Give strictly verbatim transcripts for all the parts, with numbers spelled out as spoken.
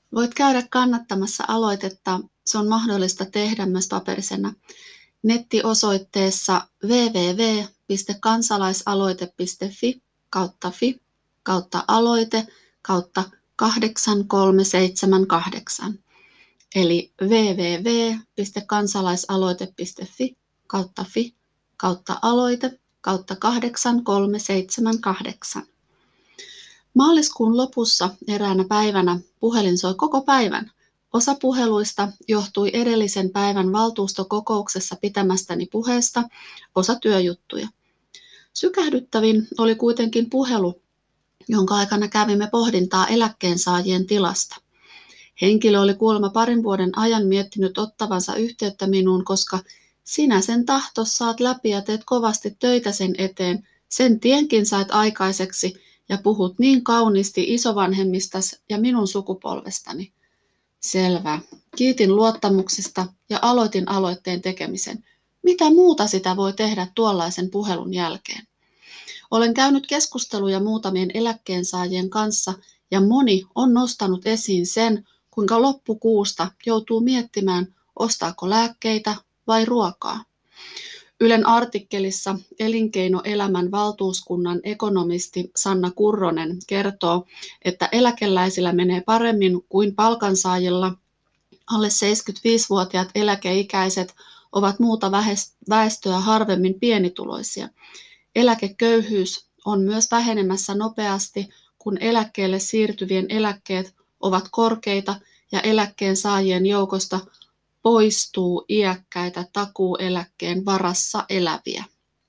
Voit käydä kannattamassa aloitetta. Se on mahdollista tehdä myös paperisena nettiosoitteessa double-u double-u double-u piste kansalaisaloite.fi kautta fi kautta aloite kautta kahdeksan kolme seitsemän kahdeksan. Eli double-u double-u double-u piste kansalaisaloite.fi kautta fi kautta aloite kautta kahdeksan kolme seitsemän kahdeksan. Maaliskuun lopussa eräänä päivänä puhelin soi koko päivän. Osa puheluista johtui edellisen päivän valtuustokokouksessa pitämästäni puheesta, osa työjuttuja. Sykähdyttävin oli kuitenkin puhelu, jonka aikana kävimme pohdintaa eläkkeensaajien tilasta. Henkilö oli kuulemma parin vuoden ajan miettinyt ottavansa yhteyttä minuun, koska sinä sen tahtos saat läpi ja teet kovasti töitä sen eteen, sen tienkin sait aikaiseksi ja puhut niin kauniisti isovanhemmistas ja minun sukupolvestani. Selvä. Kiitin luottamuksesta ja aloitin aloitteen tekemisen. Mitä muuta sitä voi tehdä tuollaisen puhelun jälkeen? Olen käynyt keskusteluja muutamien eläkkeensaajien kanssa ja moni on nostanut esiin sen, kuinka loppukuusta joutuu miettimään, ostaako lääkkeitä vai ruokaa. Ylen artikkelissa Elinkeinoelämän valtuuskunnan ekonomisti Sanna Kurronen kertoo, että eläkeläisillä menee paremmin kuin palkansaajilla. Alle seitsemänkymmentäviisivuotiaat eläkeikäiset ovat muuta väestöä harvemmin pienituloisia. Eläkeköyhyys on myös vähenemässä nopeasti, kun eläkkeelle siirtyvien eläkkeet ovat korkeita ja eläkkeen saajien joukosta poistuu iäkkäitä takuueläkkeen varassa eläviä.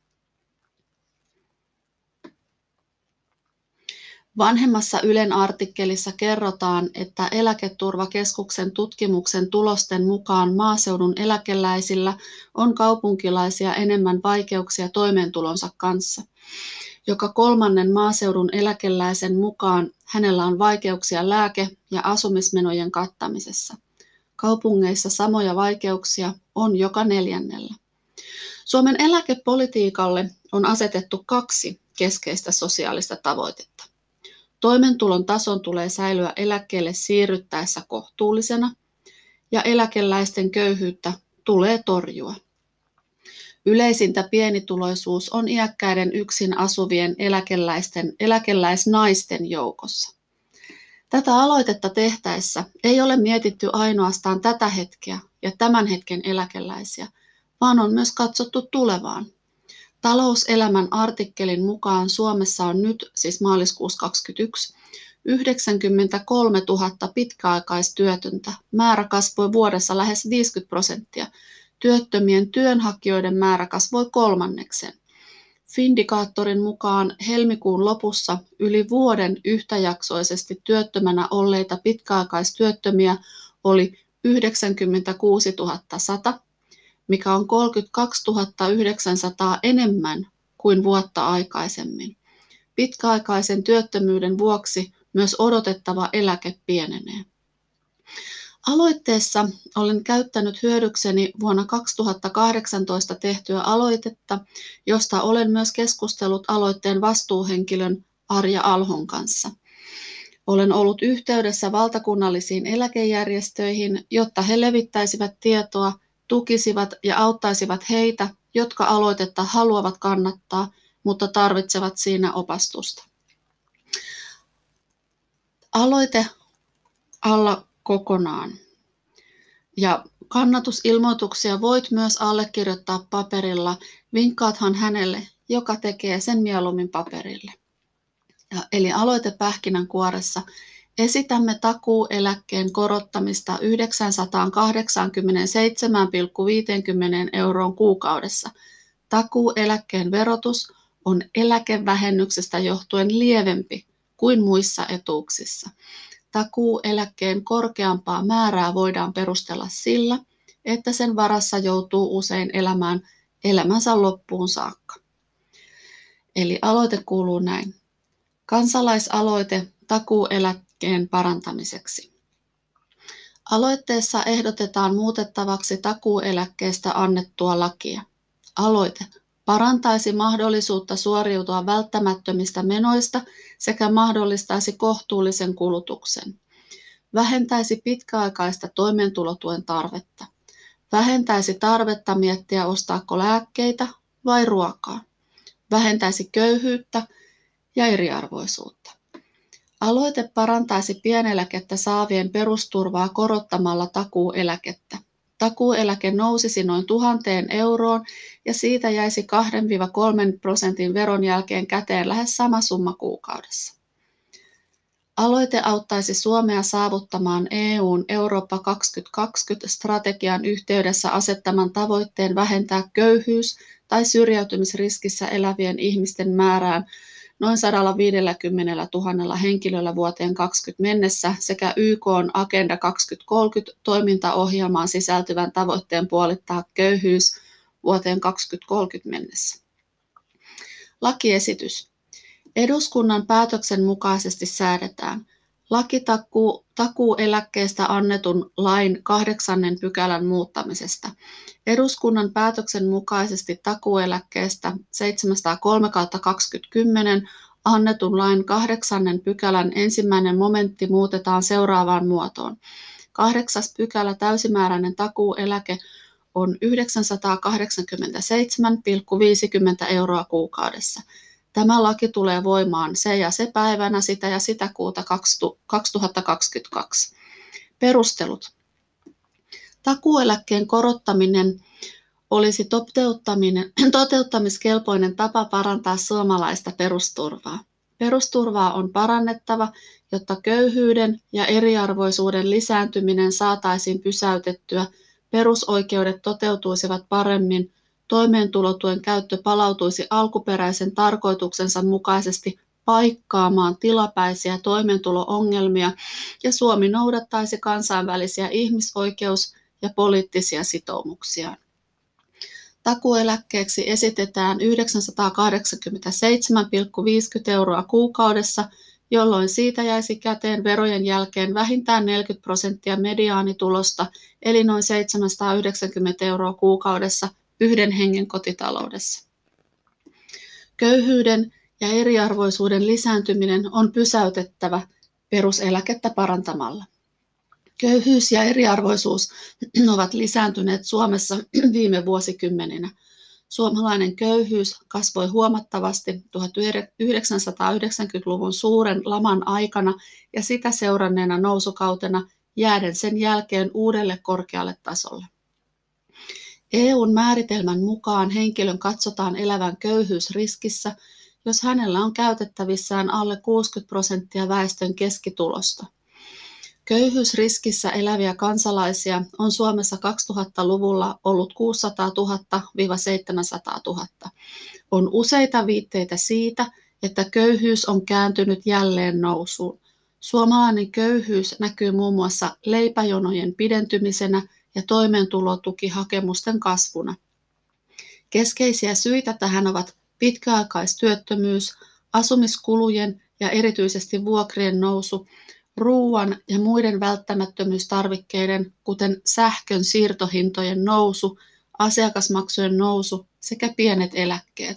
Vanhemmassa Ylen artikkelissa kerrotaan, että Eläketurvakeskuksen tutkimuksen tulosten mukaan maaseudun eläkeläisillä on kaupunkilaisia enemmän vaikeuksia toimeentulonsa kanssa. Joka kolmannen maaseudun eläkeläisen mukaan hänellä on vaikeuksia lääke- ja asumismenojen kattamisessa. Kaupungeissa samoja vaikeuksia on joka neljännellä. Suomen eläkepolitiikalle on asetettu kaksi keskeistä sosiaalista tavoitetta. Toimeentulon tason tulee säilyä eläkkeelle siirryttäessä kohtuullisena ja eläkeläisten köyhyyttä tulee torjua. Yleisintä pienituloisuus on iäkkäiden yksin asuvien eläkeläisten eläkeläisnaisten joukossa. Tätä aloitetta tehtäessä ei ole mietitty ainoastaan tätä hetkeä ja tämän hetken eläkeläisiä, vaan on myös katsottu tulevaan. Talouselämän artikkelin mukaan Suomessa on nyt, siis maaliskuussa kaksikymmentäyksi, yhdeksänkymmentäkolmetuhatta pitkäaikaistyötöntä. Määrä kasvoi vuodessa lähes viisikymmentä prosenttia. Työttömien työnhakijoiden määrä kasvoi kolmanneksen. Findikaattorin mukaan helmikuun lopussa yli vuoden yhtäjaksoisesti työttömänä olleita pitkäaikaistyöttömiä oli yhdeksänkymmentäkuusituhatta sata, mikä on kolmekymmentäkaksituhatta yhdeksänsataa enemmän kuin vuotta aikaisemmin. Pitkäaikaisen työttömyyden vuoksi myös odotettava eläke pienenee. Aloitteessa olen käyttänyt hyödykseni vuonna kaksituhattakahdeksantoista tehtyä aloitetta, josta olen myös keskustellut aloitteen vastuuhenkilön Arja Alhon kanssa. Olen ollut yhteydessä valtakunnallisiin eläkejärjestöihin, jotta he levittäisivät tietoa, tukisivat ja auttaisivat heitä, jotka aloitetta haluavat kannattaa, mutta tarvitsevat siinä opastusta. Aloite alla kokonaan. Ja kannatusilmoituksia voit myös allekirjoittaa paperilla. Vinkkaathan hänelle, joka tekee sen mieluummin paperille. Ja, eli aloite pähkinänkuoressa. Esitämme takuueläkkeen korottamista yhdeksänsataakahdeksankymmentäseitsemän pilkku viisikymmentä euroon kuukaudessa. Takuueläkkeen verotus on eläkevähennyksestä johtuen lievempi kuin muissa etuuksissa. Takuueläkkeen korkeampaa määrää voidaan perustella sillä, että sen varassa joutuu usein elämään elämänsä loppuun saakka. Eli aloite kuuluu näin. Kansalaisaloite takuueläkkeen parantamiseksi. Aloitteessa ehdotetaan muutettavaksi takuueläkkeestä annettua lakia. Aloite parantaisi mahdollisuutta suoriutua välttämättömistä menoista sekä mahdollistaisi kohtuullisen kulutuksen. vähentäisi pitkäaikaista toimeentulotuen tarvetta, vähentäisi tarvetta miettiä ostaako lääkkeitä vai ruokaa, vähentäisi köyhyyttä ja eriarvoisuutta. Aloite parantaisi pieneläkettä saavien perusturvaa korottamalla takuueläkettä. Takuueläke nousisi noin tuhanteen euroon ja siitä jäisi kaksi–kolme prosentin veron jälkeen käteen lähes sama summa kuukaudessa. Aloite auttaisi Suomea saavuttamaan E U:n Eurooppa kaksituhattakaksikymmentä-strategian yhteydessä asettaman tavoitteen vähentää köyhyys- tai syrjäytymisriskissä elävien ihmisten määrään noin sata viisikymmentätuhatta henkilöllä vuoteen kaksikymmentä mennessä sekä Y K:n Agenda kaksituhattakolmekymmentä toimintaohjelmaan sisältyvän tavoitteen puolittaa köyhyys vuoteen kaksituhattakolmekymmentä mennessä. Lakiesitys. Eduskunnan päätöksen mukaisesti säädetään laki takuu, takuueläkkeestä annetun lain kahdeksannen pykälän muuttamisesta. Eduskunnan päätöksen mukaisesti takuueläkkeestä seitsemänsataakolme kautta kaksituhattakymmenen annetun lain kahdeksannen pykälän ensimmäinen momentti muutetaan seuraavaan muotoon. Kahdeksas pykälä täysimääräinen takuueläke on yhdeksänsataakahdeksankymmentäseitsemän pilkku viisikymmentä euroa kuukaudessa. Tämä laki tulee voimaan se ja se päivänä sitä ja sitä kuuta kaksituhattakaksikymmentäkaksi. Perustelut. Takuueläkkeen korottaminen olisi toteuttaminen, toteuttamiskelpoinen tapa parantaa suomalaista perusturvaa. Perusturvaa on parannettava, jotta köyhyyden ja eriarvoisuuden lisääntyminen saataisiin pysäytettyä, perusoikeudet toteutuisivat paremmin, toimeentulotuen käyttö palautuisi alkuperäisen tarkoituksensa mukaisesti paikkaamaan tilapäisiä toimeentulo-ongelmia ja Suomi noudattaisi kansainvälisiä ihmisoikeus- ja poliittisia sitoumuksia. Takuueläkkeeksi esitetään yhdeksänsataakahdeksankymmentäseitsemän pilkku viisikymmentä euroa kuukaudessa, jolloin siitä jäisi käteen verojen jälkeen vähintään neljäkymmentä prosenttia mediaanitulosta, eli noin seitsemänsataayhdeksänkymmentä euroa kuukaudessa yhden hengen kotitaloudessa. Köyhyyden ja eriarvoisuuden lisääntyminen on pysäytettävä peruseläkettä parantamalla. Köyhyys ja eriarvoisuus ovat lisääntyneet Suomessa viime vuosikymmeninä. Suomalainen köyhyys kasvoi huomattavasti tuhatyhdeksänsataayhdeksänkymmentäluvun suuren laman aikana ja sitä seuranneena nousukautena jääden sen jälkeen uudelle korkealle tasolle. E U:n määritelmän mukaan henkilön katsotaan elävän köyhyysriskissä, jos hänellä on käytettävissään alle kuusikymmentä prosenttia väestön keskitulosta. Köyhyysriskissä eläviä kansalaisia on Suomessa kaksituhattaluvulla ollut kuusisataatuhatta - seitsemänsataatuhatta. On useita viitteitä siitä, että köyhyys on kääntynyt jälleen nousuun. Suomalainen köyhyys näkyy muun muassa leipäjonojen pidentymisenä ja toimeentulotukihakemusten kasvuna. Keskeisiä syitä tähän ovat pitkäaikaistyöttömyys, asumiskulujen ja erityisesti vuokrien nousu, ruoan ja muiden välttämättömyystarvikkeiden, kuten sähkön siirtohintojen nousu, asiakasmaksujen nousu sekä pienet eläkkeet.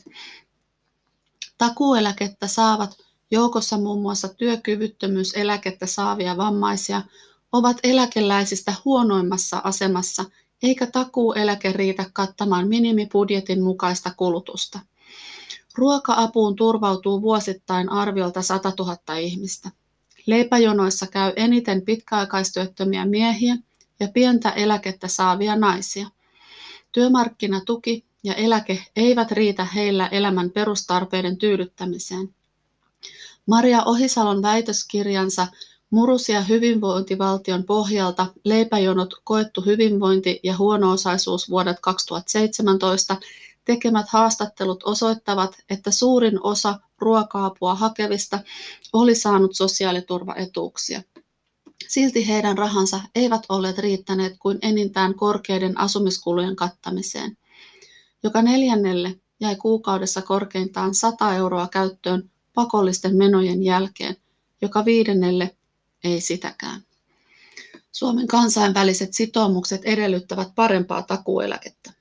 Takuueläkettä saavat, joukossa muun muassa työkyvyttömyyseläkettä saavia vammaisia, ovat eläkeläisistä huonoimmassa asemassa, eikä takuueläke riitä kattamaan minimibudjetin mukaista kulutusta. Ruoka-apuun turvautuu vuosittain arviolta satatuhatta ihmistä. Leipäjonoissa käy eniten pitkäaikaistyöttömiä miehiä ja pientä eläkettä saavia naisia. Työmarkkinatuki ja eläke eivät riitä heillä elämän perustarpeiden tyydyttämiseen. Maria Ohisalon väitöskirjansa Murusia hyvinvointivaltion pohjalta leipäjonot, koettu hyvinvointi ja huono-osaisuus vuodet kaksituhattaseitsemäntoista tekemät haastattelut osoittavat, että suurin osa ruoka-apua hakevista oli saanut sosiaaliturvaetuuksia. Silti heidän rahansa eivät olleet riittäneet kuin enintään korkeiden asumiskulujen kattamiseen. Joka neljännelle jäi kuukaudessa korkeintaan sata euroa käyttöön pakollisten menojen jälkeen, joka viidennelle ei sitäkään. Suomen kansainväliset sitoumukset edellyttävät parempaa takuueläkettä.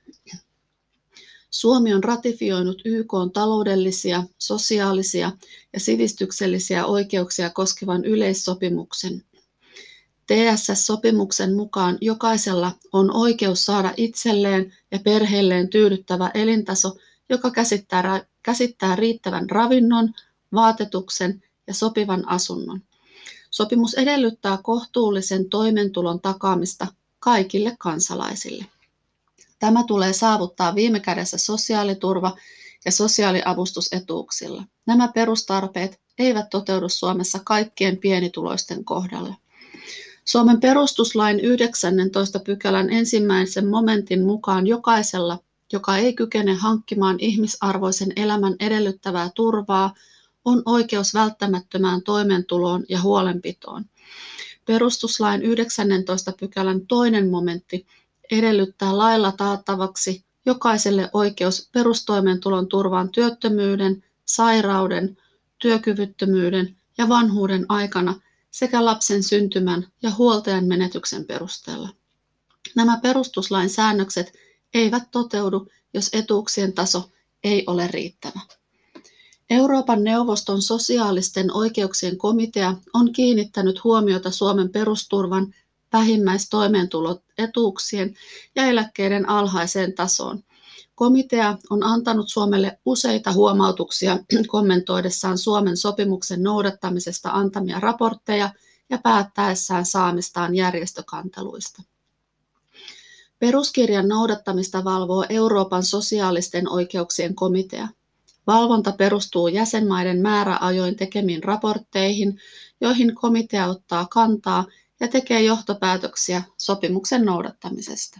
Suomi on ratifioinut Y K:n taloudellisia, sosiaalisia ja sivistyksellisiä oikeuksia koskevan yleissopimuksen. T S S-sopimuksen mukaan jokaisella on oikeus saada itselleen ja perheelleen tyydyttävä elintaso, joka käsittää, käsittää riittävän ravinnon, vaatetuksen ja sopivan asunnon. Sopimus edellyttää kohtuullisen toimeentulon takaamista kaikille kansalaisille. Tämä tulee saavuttaa viime kädessä sosiaaliturva- ja sosiaaliavustusetuuksilla. Nämä perustarpeet eivät toteudu Suomessa kaikkien pienituloisten kohdalla. Suomen perustuslain yhdeksännentoista pykälän ensimmäisen momentin mukaan jokaisella, joka ei kykene hankkimaan ihmisarvoisen elämän edellyttävää turvaa, on oikeus välttämättömään toimeentuloon ja huolenpitoon. Perustuslain yhdeksännentoista pykälän toinen momentti edellyttää lailla taattavaksi jokaiselle oikeus perustoimeentulon turvaan työttömyyden, sairauden, työkyvyttömyyden ja vanhuuden aikana sekä lapsen syntymän ja huoltajan menetyksen perusteella. Nämä perustuslain säännökset eivät toteudu, jos etuuksien taso ei ole riittävä. Euroopan neuvoston sosiaalisten oikeuksien komitea on kiinnittänyt huomiota Suomen perusturvan, vähimmäistoimeentuloetuuksien ja eläkkeiden alhaiseen tasoon. Komitea on antanut Suomelle useita huomautuksia kommentoidessaan Suomen sopimuksen noudattamisesta antamia raportteja ja päättäessään saamistaan järjestökanteluista. Peruskirjan noudattamista valvoo Euroopan sosiaalisten oikeuksien komitea. Valvonta perustuu jäsenmaiden määräajoin tekemiin raportteihin, joihin komitea ottaa kantaa ja tekee johtopäätöksiä sopimuksen noudattamisesta.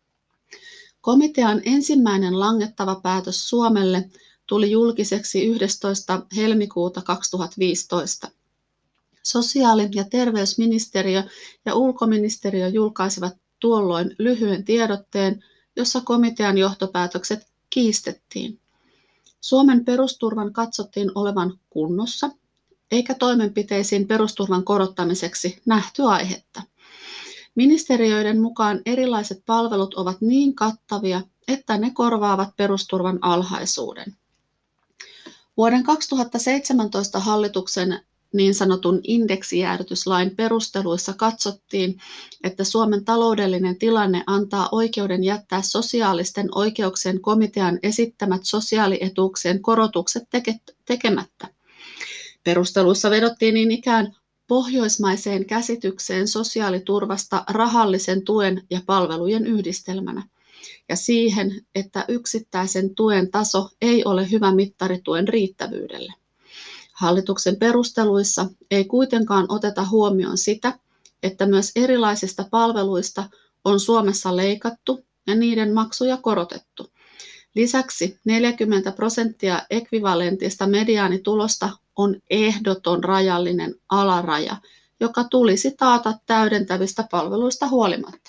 Komitean ensimmäinen langettava päätös Suomelle tuli julkiseksi yhdestoista helmikuuta kaksituhattaviisitoista. Sosiaali- ja terveysministeriö ja ulkoministeriö julkaisivat tuolloin lyhyen tiedotteen, jossa komitean johtopäätökset kiistettiin. Suomen perusturvan katsottiin olevan kunnossa, eikä toimenpiteisiin perusturvan korottamiseksi nähty aihetta. Ministeriöiden mukaan erilaiset palvelut ovat niin kattavia, että ne korvaavat perusturvan alhaisuuden. Vuoden kaksituhattaseitsemäntoista hallituksen niin sanotun indeksijäädytyslain perusteluissa katsottiin, että Suomen taloudellinen tilanne antaa oikeuden jättää sosiaalisten oikeuksien komitean esittämät sosiaalietuuksien korotukset tekemättä. Perusteluissa vedottiin niin ikään pohjoismaiseen käsitykseen sosiaaliturvasta rahallisen tuen ja palvelujen yhdistelmänä ja siihen, että yksittäisen tuen taso ei ole hyvä mittari tuen riittävyydelle. Hallituksen perusteluissa ei kuitenkaan oteta huomioon sitä, että myös erilaisista palveluista on Suomessa leikattu ja niiden maksuja korotettu. Lisäksi neljäkymmentä prosenttia ekvivalentista mediaanitulosta on ehdoton rajallinen alaraja, joka tulisi taata täydentävistä palveluista huolimatta.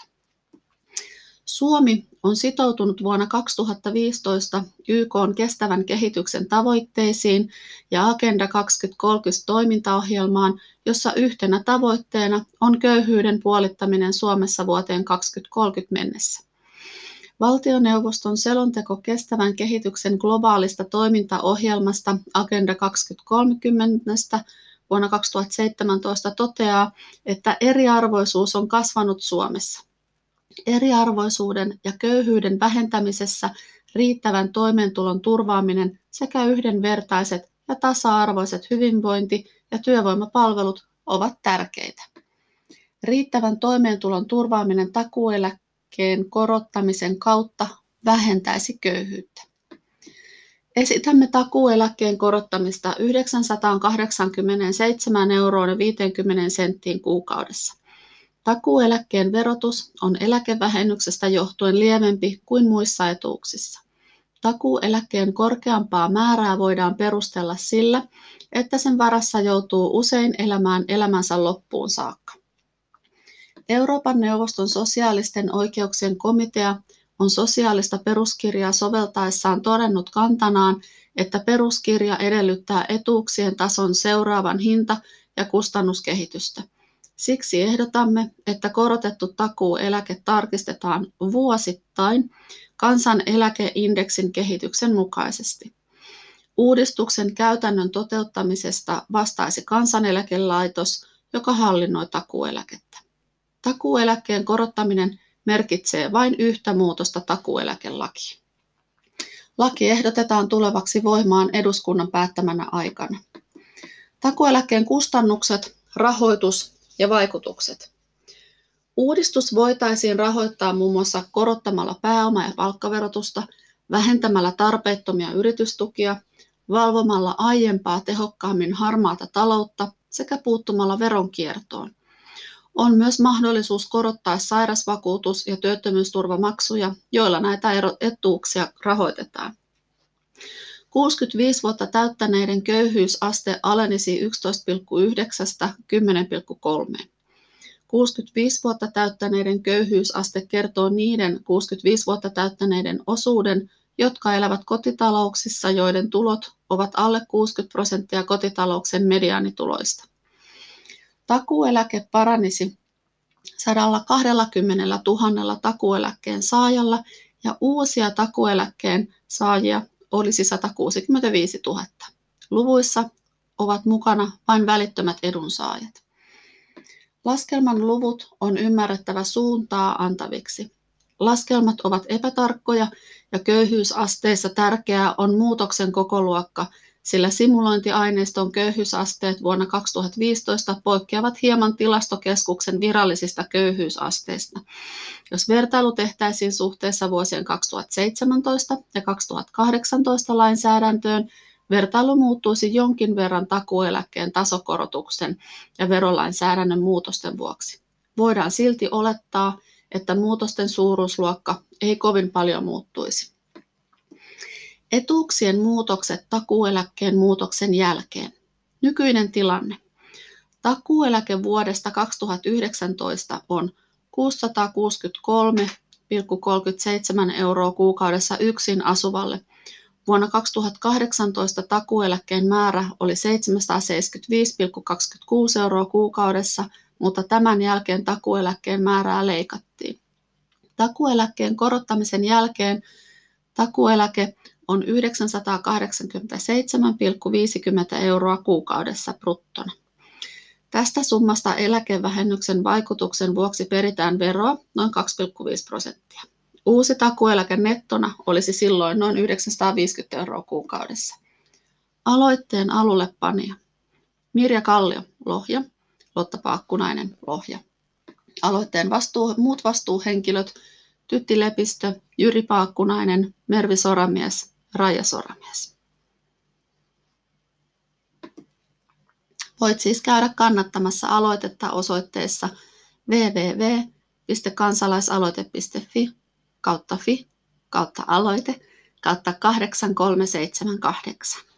Suomi on sitoutunut vuonna kaksituhattaviisitoista Y K:n kestävän kehityksen tavoitteisiin ja Agenda kaksituhattakolmekymmentä toimintaohjelmaan, jossa yhtenä tavoitteena on köyhyyden puolittaminen Suomessa vuoteen kaksituhattakolmekymmentä mennessä. Valtioneuvoston selonteko kestävän kehityksen globaalista toimintaohjelmasta Agenda kaksituhattakolmekymmentä vuonna kaksituhattaseitsemäntoista toteaa, että eriarvoisuus on kasvanut Suomessa. Eriarvoisuuden ja köyhyyden vähentämisessä riittävän toimeentulon turvaaminen sekä yhdenvertaiset ja tasa-arvoiset hyvinvointi- ja työvoimapalvelut ovat tärkeitä. Riittävän toimeentulon turvaaminen takuueläkkeen korottamisen kautta vähentäisi köyhyyttä. Esitämme takuueläkkeen korottamista yhdeksänsataakahdeksankymmentäseitsemän euroon ja viisikymmentä senttiin kuukaudessa. Takuueläkkeen verotus on eläkevähennyksestä johtuen lievempi kuin muissa etuuksissa. Takuueläkkeen korkeampaa määrää voidaan perustella sillä, että sen varassa joutuu usein elämään elämänsä loppuun saakka. Euroopan neuvoston sosiaalisten oikeuksien komitea on sosiaalista peruskirjaa soveltaessaan todennut kantanaan, että peruskirja edellyttää etuuksien tason seuraavan hinta- ja kustannuskehitystä. Siksi ehdotamme, että korotettu takuueläke tarkistetaan vuosittain kansaneläkeindeksin kehityksen mukaisesti. Uudistuksen käytännön toteuttamisesta vastaisi Kansaneläkelaitos, joka hallinnoi takuueläkettä. Takuueläkkeen korottaminen merkitsee vain yhtä muutosta takuueläkelakiin. Laki ehdotetaan tulevaksi voimaan eduskunnan päättämänä aikana. Takuueläkkeen kustannukset, rahoitus ja vaikutukset. Uudistus voitaisiin rahoittaa muun muassa korottamalla pääoma- ja palkkaverotusta, vähentämällä tarpeettomia yritystukia, valvomalla aiempaa tehokkaammin harmaata taloutta sekä puuttumalla veronkiertoon. On myös mahdollisuus korottaa sairausvakuutus- ja työttömyysturvamaksuja, joilla näitä etuuksia rahoitetaan. kuusikymmentäviisi vuotta täyttäneiden köyhyysaste alenisi yksitoista pilkku yhdeksän kymmenen pilkku kolme. kuusikymmentäviisi vuotta täyttäneiden köyhyysaste kertoo niiden kuusikymmentäviisi vuotta täyttäneiden osuuden, jotka elävät kotitalouksissa, joiden tulot ovat alle kuusikymmentä prosenttia kotitalouksen mediaanituloista. Takuueläke paranisi sata kaksikymmentätuhatta takuueläkkeen saajalla ja uusia takuueläkkeen saajia olisi sata kuusikymmentäviisituhatta. Luvuissa ovat mukana vain välittömät edunsaajat. Laskelman luvut on ymmärrettävä suuntaa antaviksi. Laskelmat ovat epätarkkoja ja köyhyysasteissa tärkeää on muutoksen kokoluokka, sillä simulointiaineiston köyhyysasteet vuonna kaksituhattaviisitoista poikkeavat hieman Tilastokeskuksen virallisista köyhyysasteista. Jos vertailu tehtäisiin suhteessa vuosien kaksituhattaseitsemäntoista ja kaksituhattakahdeksantoista lainsäädäntöön, vertailu muuttuisi jonkin verran takuueläkkeen tasokorotuksen ja verolainsäädännön muutosten vuoksi. Voidaan silti olettaa, että muutosten suuruusluokka ei kovin paljon muuttuisi. Etuuksien muutokset takuueläkkeen muutoksen jälkeen. Nykyinen tilanne. Takuueläke vuodesta kaksituhattayhdeksäntoista on kuusisataakuusikymmentäkolme pilkku kolmekymmentäseitsemän euroa kuukaudessa yksin asuvalle. Vuonna kaksituhattakahdeksantoista takuueläkkeen määrä oli seitsemänsataaseitsemänkymmentäviisi pilkku kaksikymmentäkuusi euroa kuukaudessa, mutta tämän jälkeen takuueläkkeen määrää leikattiin. Takuueläkkeen korottamisen jälkeen takuueläke on yhdeksänsataakahdeksankymmentäseitsemän pilkku viisikymmentä euroa kuukaudessa bruttona. Tästä summasta eläkevähennyksen vaikutuksen vuoksi peritään veroa noin kaksi pilkku viisi prosenttia. Uusi takuueläke nettona olisi silloin noin yhdeksänsataaviisikymmentä euroa kuukaudessa. Aloitteen alullepanija. Mirja Kallio, Lohja. Lotta Paakkunainen, Lohja. Aloitteen vastuu, muut vastuuhenkilöt: Tytti Lepistö, Jyri Paakkunainen, Mervi Soramies, Raija Soramies. Voit siis käydä kannattamassa aloitetta osoitteessa double-u double-u double-u piste kansalaisaloite piste fi kautta fi kautta aloite kautta kahdeksan kolme seitsemän kahdeksan.